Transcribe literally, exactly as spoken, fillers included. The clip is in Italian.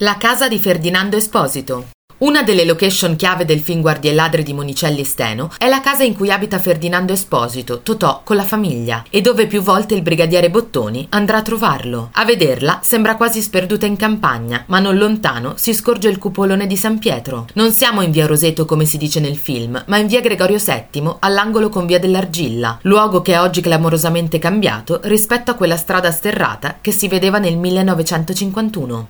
La casa di Ferdinando Esposito. Una delle location chiave del film Guardie e ladri di Monicelli Steno è la casa in cui abita Ferdinando Esposito, Totò, con la famiglia, e dove più volte il brigadiere Bottoni andrà a trovarlo. A vederla sembra quasi sperduta in campagna, ma non lontano si scorge il cupolone di San Pietro. Non siamo in via Roseto come si dice nel film, ma in via Gregorio settimo, all'angolo con via dell'Argilla, luogo che è oggi clamorosamente cambiato rispetto a quella strada sterrata che si vedeva nel millenovecentocinquantuno.